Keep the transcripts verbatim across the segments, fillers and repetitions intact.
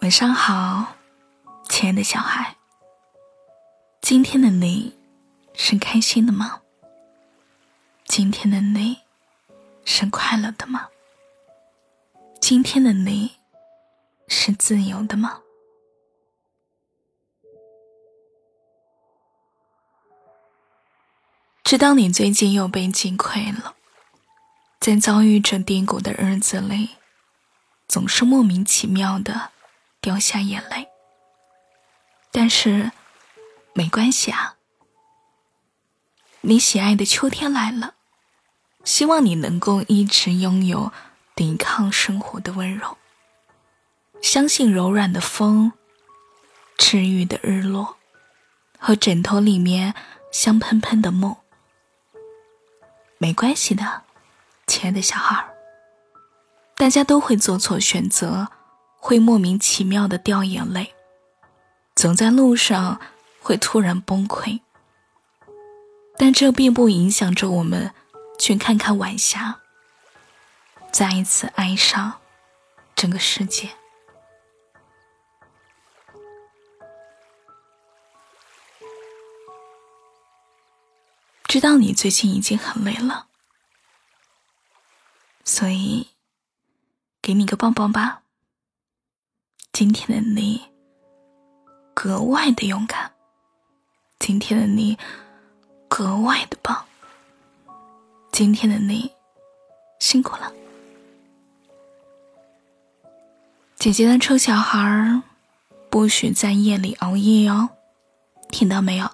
晚上好，亲爱的小孩，今天的你是开心的吗？今天的你是快乐的吗？今天的你是自由的吗？知道你最近又被击溃了，在遭遇着低谷的日子里，总是莫名其妙地掉下眼泪。但是没关系啊，你喜爱的秋天来了，希望你能够一直拥有抵抗生活的温柔，相信柔软的风，治愈的日落，和枕头里面香喷喷的梦。没关系的，亲爱的小孩，大家都会做错选择，会莫名其妙的掉眼泪，走在路上会突然崩溃，但这并不影响着我们去看看晚霞，再一次爱上这个世界。知道你最近已经很累了，所以给你个抱抱吧。今天的你格外的勇敢，今天的你格外的棒，今天的你辛苦了。姐姐的臭小孩不许在夜里熬夜哦，听到没有？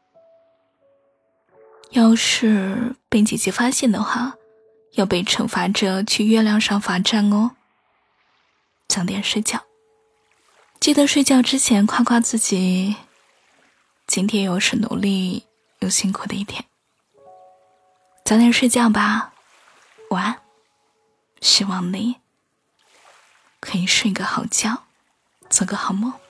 要是被姐姐发现的话，要被惩罚着去月亮上罚站哦。早点睡觉，记得睡觉之前夸夸自己，今天又是努力又辛苦的一天。早点睡觉吧，晚安。希望你可以睡个好觉，做个好梦。